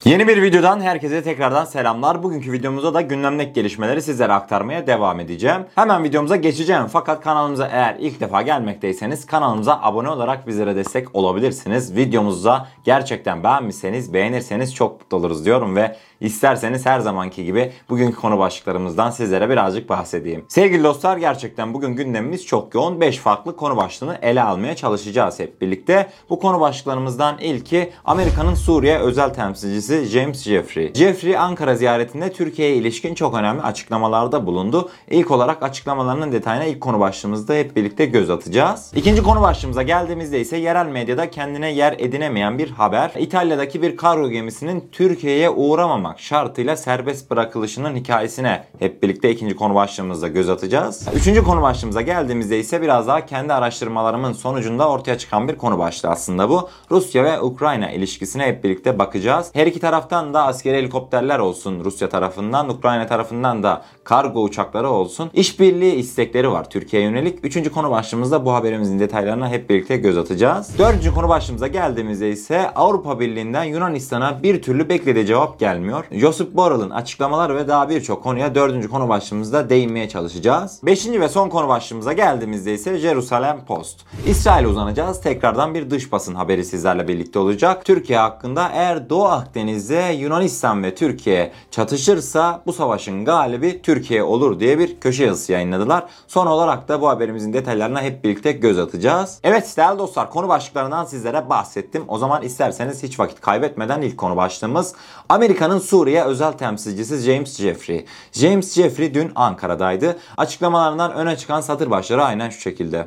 Yeni bir videodan herkese tekrardan selamlar. Bugünkü videomuzda da gündemdeki gelişmeleri sizlere aktarmaya devam edeceğim. Hemen videomuza geçeceğim. Fakat kanalımıza eğer ilk defa gelmekteyseniz kanalımıza abone olarak bizlere destek olabilirsiniz. Videomuzu gerçekten beğenirseniz çok mutlu oluruz diyorum ve isterseniz her zamanki gibi bugünkü konu başlıklarımızdan sizlere birazcık bahsedeyim. Sevgili dostlar, gerçekten bugün gündemimiz çok yoğun. 5 farklı konu başlığını ele almaya çalışacağız hep birlikte. Bu konu başlıklarımızdan ilki Amerika'nın Suriye özel temsilcisi James Jeffrey. Jeffrey Ankara ziyaretinde Türkiye'ye ilişkin çok önemli açıklamalarda bulundu. İlk olarak açıklamalarının detayına ilk konu başlığımızda hep birlikte göz atacağız. İkinci konu başlığımıza geldiğimizde ise yerel medyada kendine yer edinemeyen bir haber. İtalya'daki bir kargo gemisinin Türkiye'ye uğramamak şartıyla serbest bırakılışının hikayesine hep birlikte ikinci konu başlığımızda göz atacağız. Üçüncü konu başlığımıza geldiğimizde ise biraz daha kendi araştırmalarımın sonucunda ortaya çıkan bir konu başlığı aslında bu. Rusya ve Ukrayna ilişkisine hep birlikte bakacağız. Her iki taraftan da askeri helikopterler olsun, Rusya tarafından, Ukrayna tarafından da kargo uçakları olsun, işbirliği istekleri var Türkiye'ye yönelik. Üçüncü konu başlığımızda bu haberimizin detaylarına hep birlikte göz atacağız. Dördüncü konu başlığımıza geldiğimizde ise Avrupa Birliği'nden Yunanistan'a bir türlü beklediği cevap gelmiyor. Josep Borrell'ın açıklamaları ve daha birçok konuya dördüncü konu başlığımızda değinmeye çalışacağız. Beşinci ve son konu başlığımıza geldiğimizde ise Jerusalem Post. İsrail'e uzanacağız. Tekrardan bir dış basın haberi sizlerle birlikte olacak. Türkiye hakkında eğer Doğu Akdeniz'de Yunanistan ve Türkiye çatışırsa bu savaşın galibi Türkiye olur diye bir köşe yazısı yayınladılar. Son olarak da bu haberimizin detaylarına hep birlikte göz atacağız. Evet değerli dostlar, konu başlıklarından sizlere bahsettim. O zaman isterseniz hiç vakit kaybetmeden ilk konu başlığımız Amerika'nın Suriye özel temsilcisi James Jeffrey. James Jeffrey dün Ankara'daydı. Açıklamalarından öne çıkan satır başları aynen şu şekilde.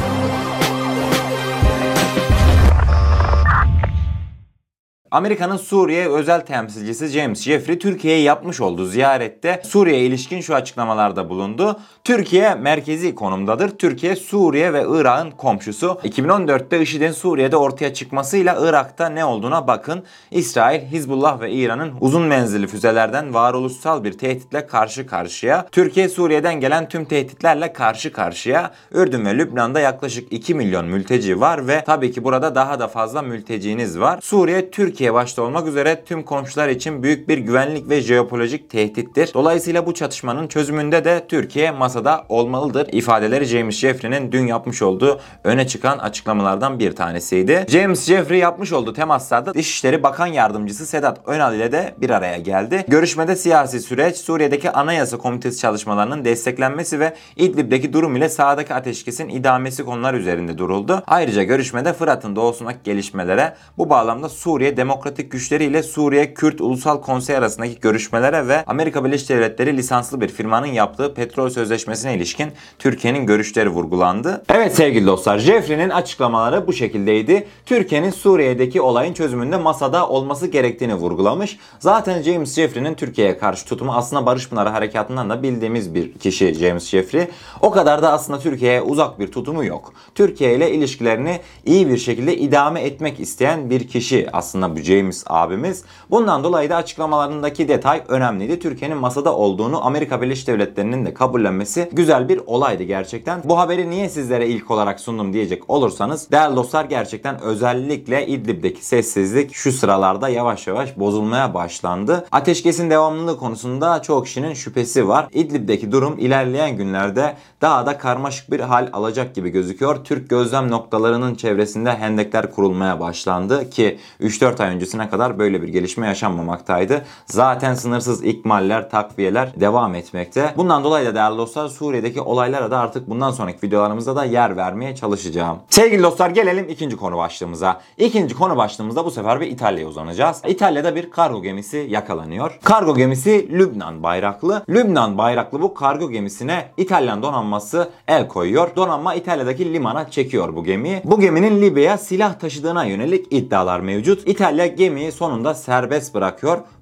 Amerika'nın Suriye özel temsilcisi James Jeffrey Türkiye'ye yapmış olduğu ziyarette Suriye'ye ilişkin şu açıklamalarda bulundu. Türkiye merkezi konumdadır. Türkiye, Suriye ve Irak'ın komşusu. 2014'te IŞİD'in Suriye'de ortaya çıkmasıyla Irak'ta ne olduğuna bakın. İsrail, Hizbullah ve İran'ın uzun menzilli füzelerden varoluşsal bir tehditle karşı karşıya. Türkiye, Suriye'den gelen tüm tehditlerle karşı karşıya. Ürdün ve Lübnan'da yaklaşık 2 milyon mülteci var ve tabii ki burada daha da fazla mülteciniz var. Suriye, Türkiye başta olmak üzere tüm komşular için büyük bir güvenlik ve jeopolitik tehdittir. Dolayısıyla bu çatışmanın çözümünde de Türkiye masada olmalıdır ifadeleri James Jeffrey'nin dün yapmış olduğu öne çıkan açıklamalardan bir tanesiydi. James Jeffrey yapmış olduğu temaslarda Dışişleri Bakan Yardımcısı Sedat Önal ile de bir araya geldi. Görüşmede siyasi süreç, Suriye'deki Anayasa Komitesi çalışmalarının desteklenmesi ve İdlib'deki durum ile sahadaki ateşkesin idamesi konular üzerinde duruldu. Ayrıca görüşmede Fırat'ın doğusundaki gelişmelere, bu bağlamda Suriye Demokratik Güçleri ile Suriye Kürt Ulusal Konseyi arasındaki görüşmelere ve Amerika Birleşik Devletleri lisanslı bir firmanın yaptığı petrol sözleşmesine ilişkin Türkiye'nin görüşleri vurgulandı. Evet sevgili dostlar, Jeffrey'nin açıklamaları bu şekildeydi. Türkiye'nin Suriye'deki olayın çözümünde masada olması gerektiğini vurgulamış. Zaten James Jeffrey'nin Türkiye'ye karşı tutumu aslında Barış Pınarı Harekatı'ndan da bildiğimiz bir kişi James Jeffrey. O kadar da aslında Türkiye'ye uzak bir tutumu yok. Türkiye ile ilişkilerini iyi bir şekilde idame etmek isteyen bir kişi aslında bu James abimiz. Bundan dolayı da açıklamalarındaki detay önemliydi. Türkiye'nin masada olduğunu Amerika Birleşik Devletleri'nin de kabullenmesi güzel bir olaydı gerçekten. Bu haberi niye sizlere ilk olarak sundum diyecek olursanız değerli dostlar, gerçekten özellikle İdlib'deki sessizlik şu sıralarda yavaş yavaş bozulmaya başlandı. Ateşkesin devamlılığı konusunda çoğu kişinin şüphesi var. İdlib'deki durum ilerleyen günlerde daha da karmaşık bir hal alacak gibi gözüküyor. Türk gözlem noktalarının çevresinde hendekler kurulmaya başlandı ki 3-4 ay öncesine kadar böyle bir gelişme yaşanmamaktaydı. Zaten sınırsız ikmaller, takviyeler devam etmekte. Bundan dolayı da değerli dostlar, Suriye'deki olaylara da artık bundan sonraki videolarımızda da yer vermeye çalışacağım. Sevgili dostlar, gelelim ikinci konu başlığımıza. İkinci konu başlığımızda bu sefer bir İtalya'ya uzanacağız. İtalya'da bir kargo gemisi yakalanıyor. Kargo gemisi Lübnan bayraklı. Lübnan bayraklı bu kargo gemisine İtalyan donanması el koyuyor. Donanma İtalya'daki limana çekiyor bu gemiyi. Bu geminin Libya'ya silah taşıdığına yönelik iddialar mevcut. İtalya gemiyi sonunda serbest bırakıyor.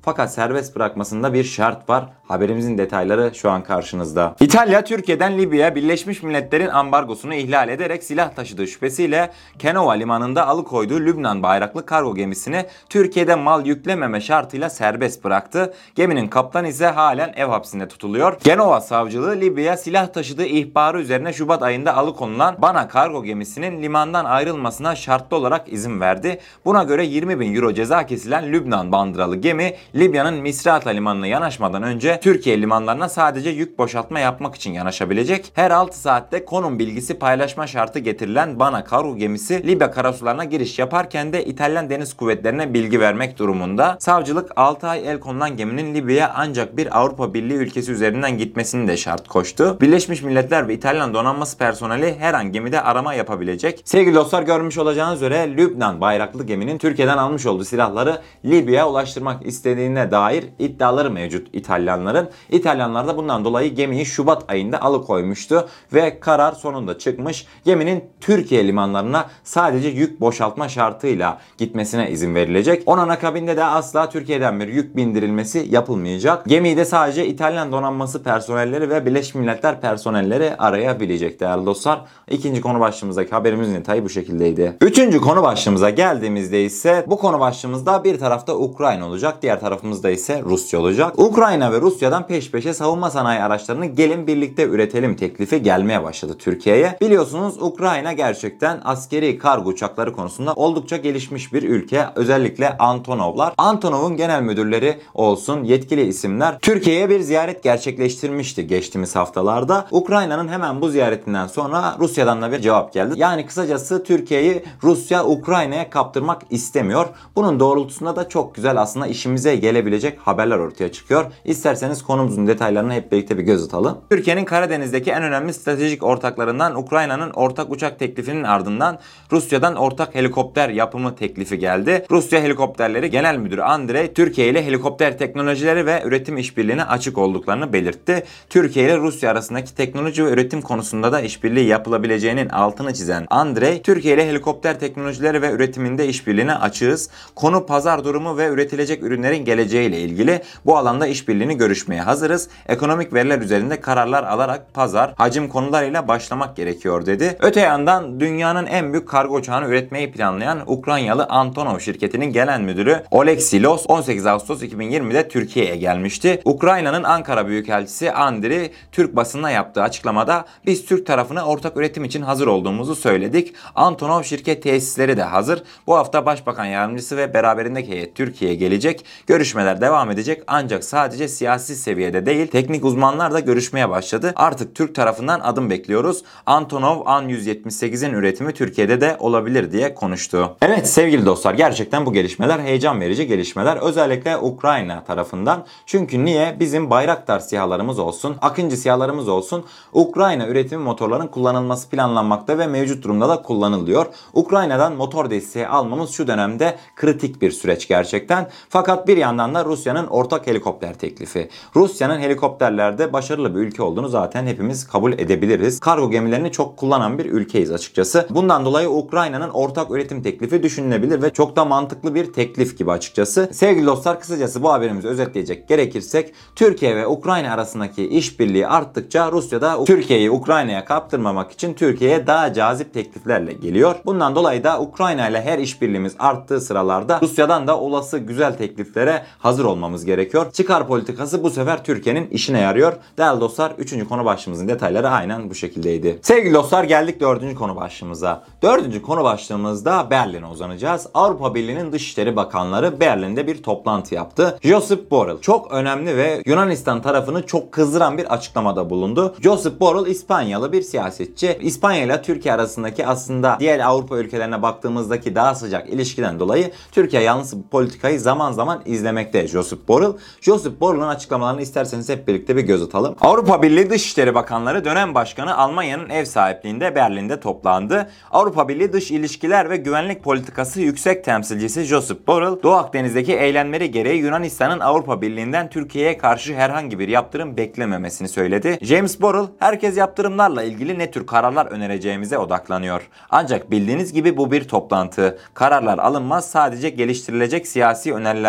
Fakat serbest bırakmasında bir şart var. Haberimizin detayları şu an karşınızda. İtalya, Türkiye'den Libya'ya Birleşmiş Milletler'in ambargosunu ihlal ederek silah taşıdığı şüphesiyle Kenova limanında alıkoyduğu Lübnan bayraklı kargo gemisini Türkiye'de mal yüklememe şartıyla serbest bıraktı. Geminin kaptanı ise halen ev hapsinde tutuluyor. Genova savcılığı Libya'ya silah taşıdığı ihbarı üzerine Şubat ayında alıkonulan Bana kargo gemisinin limandan ayrılmasına şartlı olarak izin verdi. Buna göre 20.000 euro ceza kesilen Lübnan bandıralı gemi Libya'nın Misrata limanına yanaşmadan önce Türkiye limanlarına sadece yük boşaltma yapmak için yanaşabilecek. Her 6 saatte konum bilgisi paylaşma şartı getirilen Bana kargo gemisi Libya karasularına giriş yaparken de İtalyan Deniz Kuvvetleri'ne bilgi vermek durumunda. Savcılık 6 ay el konulan geminin Libya'ya ancak bir Avrupa Birliği ülkesi üzerinden gitmesini de şart koştu. Birleşmiş Milletler ve İtalyan donanması personeli her an gemide arama yapabilecek. Sevgili dostlar, görmüş olacağınız üzere Lübnan bayraklı geminin Türkiye'den almış olduğu silahları Libya'ya ulaştırmak istediğine dair iddiaları mevcut İtalyanların. İtalyanlar da bundan dolayı gemiyi Şubat ayında alıkoymuştu ve karar sonunda çıkmış. Geminin Türkiye limanlarına sadece yük boşaltma şartıyla gitmesine izin verilecek. Onun akabinde de asla Türkiye'den bir yük bindirilmesi yapılmayacak. Gemiyi de sadece İtalyan donanması personelleri ve Birleşmiş Milletler personelleri arayabilecek değerli dostlar. İkinci konu başlığımızdaki haberimizin detayı bu şekildeydi. Üçüncü konu başlığımıza geldiğimizde ise bu konu başlığımızda bir tarafta Ukrayna olacak, diğer tarafımızda ise Rusya olacak. Ukrayna ve Rusya'dan peş peşe savunma sanayi araçlarını gelin birlikte üretelim teklifi gelmeye başladı Türkiye'ye. Biliyorsunuz Ukrayna gerçekten askeri kargo uçakları konusunda oldukça gelişmiş bir ülke. Özellikle Antonovlar. Antonov'un genel müdürleri olsun, yetkili isimler Türkiye'ye bir ziyaret gerçekleştirmişti geçtiğimiz haftalarda. Ukrayna'nın hemen bu ziyaretinden sonra Rusya'dan da bir cevap geldi. Yani kısacası Türkiye'yi Rusya Ukrayna'ya kaptırmak istemiyor. Bunun doğrultusunda da çok güzel aslında işimize gelebilecek haberler ortaya çıkıyor. İsterseniz konumuzun detaylarına hep birlikte bir göz atalım. Türkiye'nin Karadeniz'deki en önemli stratejik ortaklarından Ukrayna'nın ortak uçak teklifinin ardından Rusya'dan ortak helikopter yapımı teklifi geldi. Rusya Helikopterleri Genel Müdürü Andrei, Türkiye ile helikopter teknolojileri ve üretim işbirliğine açık olduklarını belirtti. Türkiye ile Rusya arasındaki teknoloji ve üretim konusunda da işbirliği yapılabileceğinin altını çizen Andrei, Türkiye ile helikopter teknolojileri ve üretiminde işbirliğine açığız. Konu pazar durumu ve üretilecek ürünlerin geleceğiyle ilgili. Bu alanda işbirliğini görüşmeye hazırız. Ekonomik veriler üzerinde kararlar alarak pazar, hacim konularıyla başlamak gerekiyor dedi. Öte yandan dünyanın en büyük kargo uçağını üretmeyi planlayan Ukraynalı Antonov şirketinin genel müdürü Oleg Silos 18 Ağustos 2020'de Türkiye'ye gelmişti. Ukrayna'nın Ankara Büyükelçisi Andriy Türk basınına yaptığı açıklamada biz Türk tarafına ortak üretim için hazır olduğumuzu söyledik. Antonov şirket tesisleri de hazır. Bu hafta Başbakan Yardımcısı ve beraberindeki heyet Türkiye'ye gelecek. Görüşmeler devam edecek ancak sadece siyasi seviyede değil, teknik uzmanlar da görüşmeye başladı. Artık Türk tarafından adım bekliyoruz. Antonov An-178'in üretimi Türkiye'de de olabilir diye konuştu. Evet sevgili dostlar, gerçekten bu gelişmeler heyecan verici gelişmeler. Özellikle Ukrayna tarafından. Çünkü niye? Bizim Bayraktar SİHA'larımız olsun, Akıncı SİHA'larımız olsun Ukrayna üretimi motorların kullanılması planlanmakta ve mevcut durumda da kullanılıyor. Ukrayna'dan motor desteği almamız şu dönemde kritik bir süreç gerçekten. Fakat bir yandan da Rusya'nın ortak helikopter teklifi. Rusya'nın helikopterlerde başarılı bir ülke olduğunu zaten hepimiz kabul edebiliriz. Kargo gemilerini çok kullanan bir ülkeyiz açıkçası. Bundan dolayı Ukrayna'nın ortak üretim teklifi düşünülebilir ve çok da mantıklı bir teklif gibi açıkçası. Sevgili dostlar, kısacası bu haberimizi özetleyecek gerekirsek Türkiye ve Ukrayna arasındaki işbirliği arttıkça Rusya da Türkiye'yi Ukrayna'ya kaptırmamak için Türkiye'ye daha cazip tekliflerle geliyor. Bundan dolayı da Ukrayna ile her işbirliğimiz arttığı sıralarda Rusya'dan da olası güzel tekliflere hazır olmamız gerekiyor. Çıkar politikası bu sefer Türkiye'nin işine yarıyor. Değerli dostlar, 3. konu başlığımızın detayları aynen bu şekildeydi. Sevgili dostlar, geldik 4. konu başlığımıza. 4. konu başlığımızda Berlin'e uzanacağız. Avrupa Birliği'nin Dışişleri Bakanları Berlin'de bir toplantı yaptı. Josep Borrell çok önemli ve Yunanistan tarafını çok kızdıran bir açıklamada bulundu. Josep Borrell İspanyalı bir siyasetçi. İspanya ile Türkiye arasındaki aslında diğer Avrupa ülkelerine baktığımızdaki daha sıcak ilişkiden dolayı Türkiye yanlısı bu politikayı zaman zaman izlemekte Josep Borrell. Josep Borrell'ın açıklamalarını isterseniz hep birlikte bir göz atalım. Avrupa Birliği Dışişleri Bakanları dönem başkanı Almanya'nın ev sahipliğinde Berlin'de toplandı. Avrupa Birliği Dış İlişkiler ve Güvenlik Politikası Yüksek Temsilcisi Josep Borrell, Doğu Akdeniz'deki eylemleri gereği Yunanistan'ın Avrupa Birliği'nden Türkiye'ye karşı herhangi bir yaptırım beklememesini söyledi. James Borrell, herkes yaptırımlarla ilgili ne tür kararlar önereceğimize odaklanıyor. Ancak bildiğiniz gibi bu bir toplantı. Kararlar alınmaz, sadece geliştirilecek siyasi önerilerde bulunur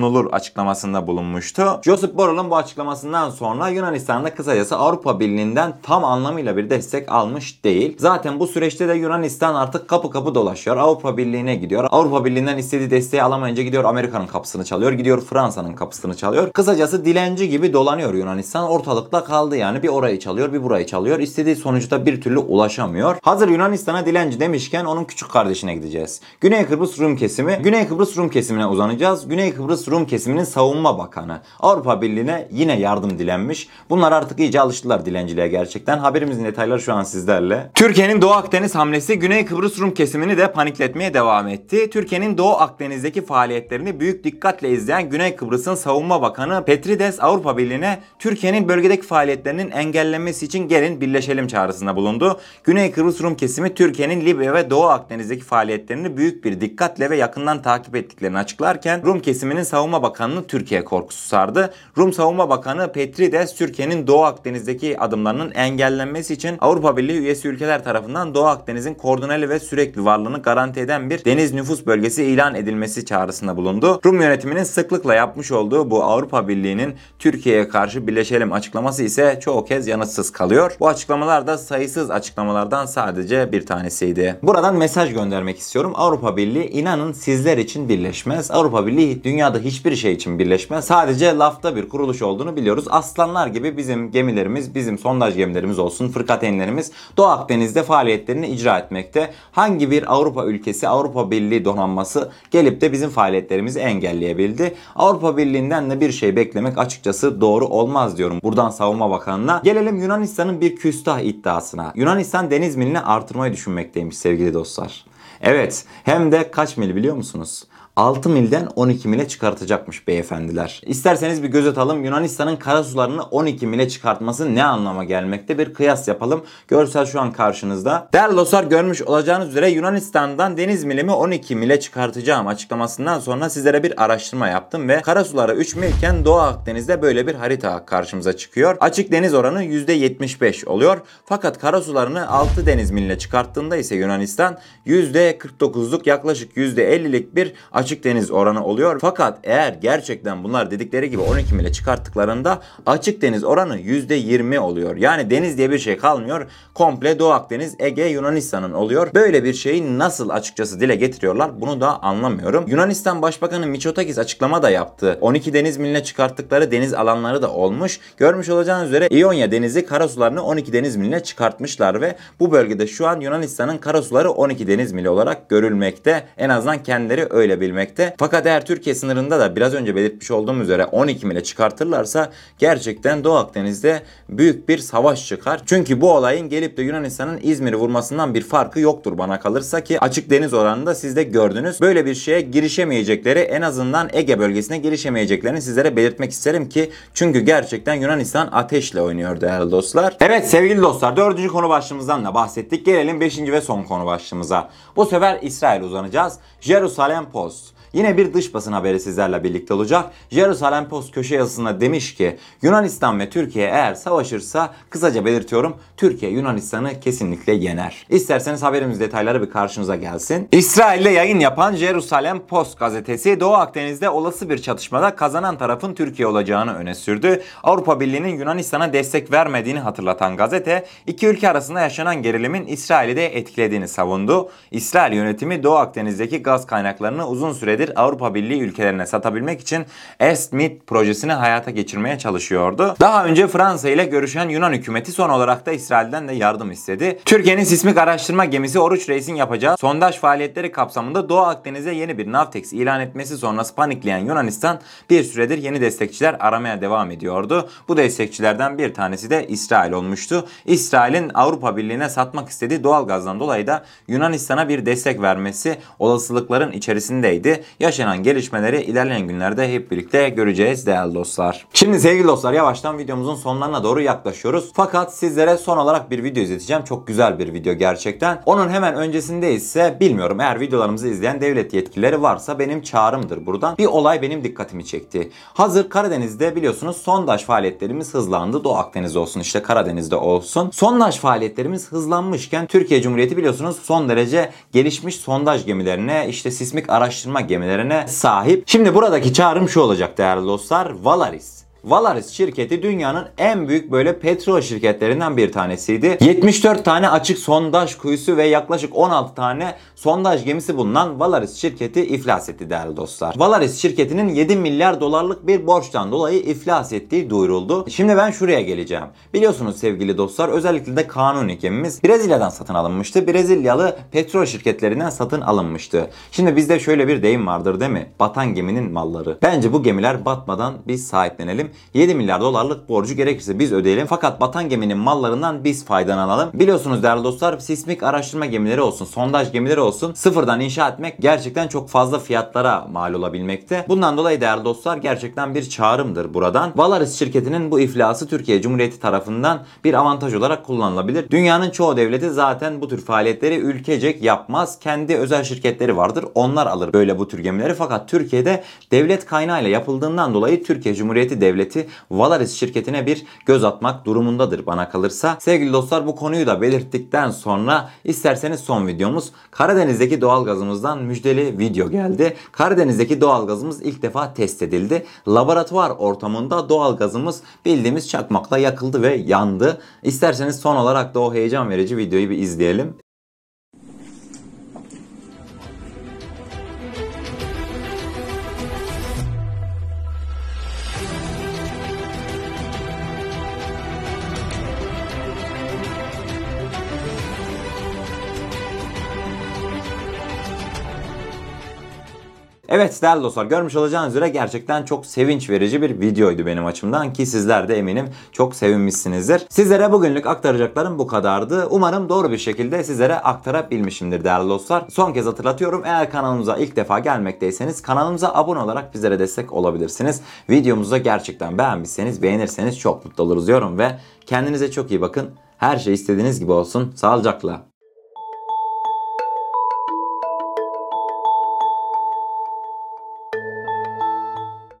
savunulur açıklamasında bulunmuştu. Josep Borrell'ın bu açıklamasından sonra Yunanistan'da kısacası Avrupa Birliği'nden tam anlamıyla bir destek almış değil. Zaten bu süreçte de Yunanistan artık kapı kapı dolaşıyor. Avrupa Birliği'ne gidiyor. Avrupa Birliği'nden istediği desteği alamayınca gidiyor Amerika'nın kapısını çalıyor. Gidiyor Fransa'nın kapısını çalıyor. Kısacası dilenci gibi dolanıyor Yunanistan. Ortalıkta kaldı yani. Bir orayı çalıyor, bir burayı çalıyor. İstediği sonuçta bir türlü ulaşamıyor. Hazır Yunanistan'a dilenci demişken onun küçük kardeşine gideceğiz. Güney Kıbrıs Rum kesimi. Güney Kıbrıs Rum kesimine uzanacağız. Güney Kıbrıs Rum kesiminin savunma bakanı Avrupa Birliği'ne yine yardım dilenmiş. Bunlar artık iyice alıştılar dilenciliğe gerçekten. Haberimizin detayları şu an sizlerle. Türkiye'nin Doğu Akdeniz hamlesi Güney Kıbrıs Rum kesimini de panikletmeye devam etti. Türkiye'nin Doğu Akdeniz'deki faaliyetlerini büyük dikkatle izleyen Güney Kıbrıs'ın savunma bakanı Petrides Avrupa Birliği'ne Türkiye'nin bölgedeki faaliyetlerinin engellenmesi için gelin birleşelim çağrısında bulundu. Güney Kıbrıs Rum kesimi Türkiye'nin Libya ve Doğu Akdeniz'deki faaliyetlerini büyük bir dikkatle ve yakından takip ettiklerini açıklarken Rum kesiminin savunma bakanını Türkiye korkusu sardı. Rum Savunma Bakanı Petrides Türkiye'nin Doğu Akdeniz'deki adımlarının engellenmesi için Avrupa Birliği üyesi ülkeler tarafından Doğu Akdeniz'in koordineli ve sürekli varlığını garanti eden bir deniz nüfus bölgesi ilan edilmesi çağrısında bulundu. Rum yönetiminin sıklıkla yapmış olduğu bu Avrupa Birliği'nin Türkiye'ye karşı birleşelim açıklaması ise çoğu kez yanıtsız kalıyor. Bu açıklamalar da sayısız açıklamalardan sadece bir tanesiydi. Buradan mesaj göndermek istiyorum. Avrupa Birliği inanın sizler için birleşmez. Avrupa Birliği dünyada hiçbir şey için birleşmez. Sadece lafta bir kuruluş olduğunu biliyoruz. Aslanlar gibi bizim gemilerimiz, bizim sondaj gemilerimiz olsun, fırkateynlerimiz Doğu Akdeniz'de faaliyetlerini icra etmekte. Hangi bir Avrupa ülkesi, Avrupa Birliği donanması gelip de bizim faaliyetlerimizi engelleyebildi? Avrupa Birliği'nden de bir şey beklemek açıkçası doğru olmaz diyorum buradan Savunma Bakanı'na. Gelelim Yunanistan'ın bir küstah iddiasına. Yunanistan deniz milini artırmayı düşünmekteymiş sevgili dostlar. Evet, hem de kaç mil biliyor musunuz? 6 milden 12 mile çıkartacakmış beyefendiler. İsterseniz bir göz atalım. Yunanistan'ın karasularını 12 mile çıkartması ne anlama gelmekte? Bir kıyas yapalım. Görsel şu an karşınızda. Değerli dostlar, görmüş olacağınız üzere Yunanistan'dan deniz milimi 12 mile çıkartacağım açıklamasından sonra sizlere bir araştırma yaptım ve karasuları 3 milken Doğu Akdeniz'de böyle bir harita karşımıza çıkıyor. Açık deniz oranı %75 oluyor. Fakat karasularını 6 deniz miline çıkarttığında ise Yunanistan %49'luk yaklaşık %50'lik bir açık deniz oranı oluyor. Fakat eğer gerçekten bunlar dedikleri gibi 12 mile çıkarttıklarında açık deniz oranı %20 oluyor. Yani deniz diye bir şey kalmıyor. Komple Doğu Akdeniz, Ege, Yunanistan'ın oluyor. Böyle bir şeyi nasıl açıkçası dile getiriyorlar bunu da anlamıyorum. Yunanistan Başbakanı Mitsotakis açıklama da yaptı. 12 deniz miline çıkarttıkları deniz alanları da olmuş. Görmüş olacağınız üzere İonya Denizi karasularını 12 deniz miline çıkartmışlar ve bu bölgede şu an Yunanistan'ın karasuları 12 deniz mili olarak görülmekte. En azından kendileri öyle bilmekte. Fakat eğer Türkiye sınırında da biraz önce belirtmiş olduğum üzere 12 mile çıkartırlarsa gerçekten Doğu Akdeniz'de büyük bir savaş çıkar. Çünkü bu olayın gelip de Yunanistan'ın İzmir'i vurmasından bir farkı yoktur bana kalırsa ki açık deniz oranında siz de gördünüz. Böyle bir şeye girişemeyecekleri, en azından Ege bölgesine girişemeyeceklerini sizlere belirtmek isterim ki çünkü gerçekten Yunanistan ateşle oynuyor değerli dostlar. Evet sevgili dostlar, 4. konu başlığımızdan da bahsettik. Gelelim 5. ve son konu başlığımıza. Bu sefer İsrail uzanacağız. Jerusalem Post. Yine bir dış basın haberi sizlerle birlikte olacak. Jerusalem Post köşe yazısında demiş ki Yunanistan ve Türkiye eğer savaşırsa kısaca belirtiyorum Türkiye Yunanistan'ı kesinlikle yener. İsterseniz haberimiz detayları bir karşınıza gelsin. İsrail'de yayın yapan Jerusalem Post gazetesi Doğu Akdeniz'de olası bir çatışmada kazanan tarafın Türkiye olacağını öne sürdü. Avrupa Birliği'nin Yunanistan'a destek vermediğini hatırlatan gazete iki ülke arasında yaşanan gerilimin İsrail'i de etkilediğini savundu. İsrail yönetimi Doğu Akdeniz'deki gaz kaynaklarını uzun süredir Avrupa Birliği ülkelerine satabilmek için EstMed projesini hayata geçirmeye çalışıyordu. Daha önce Fransa ile görüşen Yunan hükümeti son olarak da İsrail'den de yardım istedi. Türkiye'nin sismik araştırma gemisi Oruç Reis'in yapacağı sondaj faaliyetleri kapsamında Doğu Akdeniz'e yeni bir Navtex ilan etmesi sonrası panikleyen Yunanistan bir süredir yeni destekçiler aramaya devam ediyordu. Bu destekçilerden bir tanesi de İsrail olmuştu. İsrail'in Avrupa Birliği'ne satmak istediği doğalgazdan dolayı da Yunanistan'a bir destek vermesi olasılıkların içerisindeydi. Yaşanan gelişmeleri ilerleyen günlerde hep birlikte göreceğiz değerli dostlar. Şimdi sevgili dostlar, yavaştan videomuzun sonlarına doğru yaklaşıyoruz. Fakat sizlere son olarak bir video izleteceğim. Çok güzel bir video gerçekten. Onun hemen öncesinde ise bilmiyorum, eğer videolarımızı izleyen devlet yetkilileri varsa benim çağrımdır buradan. Bir olay benim dikkatimi çekti. Hazır Karadeniz'de biliyorsunuz sondaj faaliyetlerimiz hızlandı. Doğu Akdeniz'de olsun işte Karadeniz'de olsun. Sondaj faaliyetlerimiz hızlanmışken Türkiye Cumhuriyeti biliyorsunuz son derece gelişmiş sondaj gemilerine işte sismik araştırma araştırma gemilerine sahip. Şimdi buradaki çağrım şu olacak değerli dostlar. Valaris. Valaris şirketi dünyanın en büyük böyle petrol şirketlerinden bir tanesiydi. 74 tane açık sondaj kuyusu ve yaklaşık 16 tane sondaj gemisi bulunan Valaris şirketi iflas etti değerli dostlar. Valaris şirketinin 7 milyar dolarlık bir borçtan dolayı iflas ettiği duyuruldu. Şimdi ben şuraya geleceğim. Biliyorsunuz sevgili dostlar, özellikle de Kanuni gemimiz Brezilya'dan satın alınmıştı. Brezilyalı petrol şirketlerinden satın alınmıştı. Şimdi bizde şöyle bir deyim vardır değil mi? Batan geminin malları. Bence bu gemiler batmadan biz sahiplenelim. 7 milyar dolarlık borcu gerekirse biz ödeyelim. Fakat batan geminin mallarından biz faydalanalım. Biliyorsunuz değerli dostlar, sismik araştırma gemileri olsun, sondaj gemileri olsun, sıfırdan inşa etmek gerçekten çok fazla fiyatlara mal olabilmekte. Bundan dolayı değerli dostlar gerçekten bir çağrımdır buradan. Valaris şirketinin bu iflası Türkiye Cumhuriyeti tarafından bir avantaj olarak kullanılabilir. Dünyanın çoğu devleti zaten bu tür faaliyetleri ülkecek yapmaz. Kendi özel şirketleri vardır. Onlar alır böyle bu tür gemileri. Fakat Türkiye'de devlet kaynağıyla yapıldığından dolayı Türkiye Cumhuriyeti Devleti Valaris şirketine bir göz atmak durumundadır bana kalırsa. Sevgili dostlar, bu konuyu da belirttikten sonra isterseniz son videomuz, Karadeniz'deki doğalgazımızdan müjdeli video geldi. Karadeniz'deki doğalgazımız ilk defa test edildi. Laboratuvar ortamında doğalgazımız bildiğimiz çakmakla yakıldı ve yandı. İsterseniz son olarak da o heyecan verici videoyu bir izleyelim. Evet değerli dostlar, görmüş olacağınız üzere gerçekten çok sevinç verici bir videoydu benim açımdan ki sizler de eminim çok sevinmişsinizdir. Sizlere bugünlük aktaracaklarım bu kadardı. Umarım doğru bir şekilde sizlere aktarabilmişimdir değerli dostlar. Son kez hatırlatıyorum, eğer kanalımıza ilk defa gelmekteyseniz kanalımıza abone olarak bizlere destek olabilirsiniz. Videomuzu da gerçekten beğenmişseniz, beğenirseniz çok mutlu oluruz diyorum ve kendinize çok iyi bakın. Her şey istediğiniz gibi olsun. Sağlıcakla.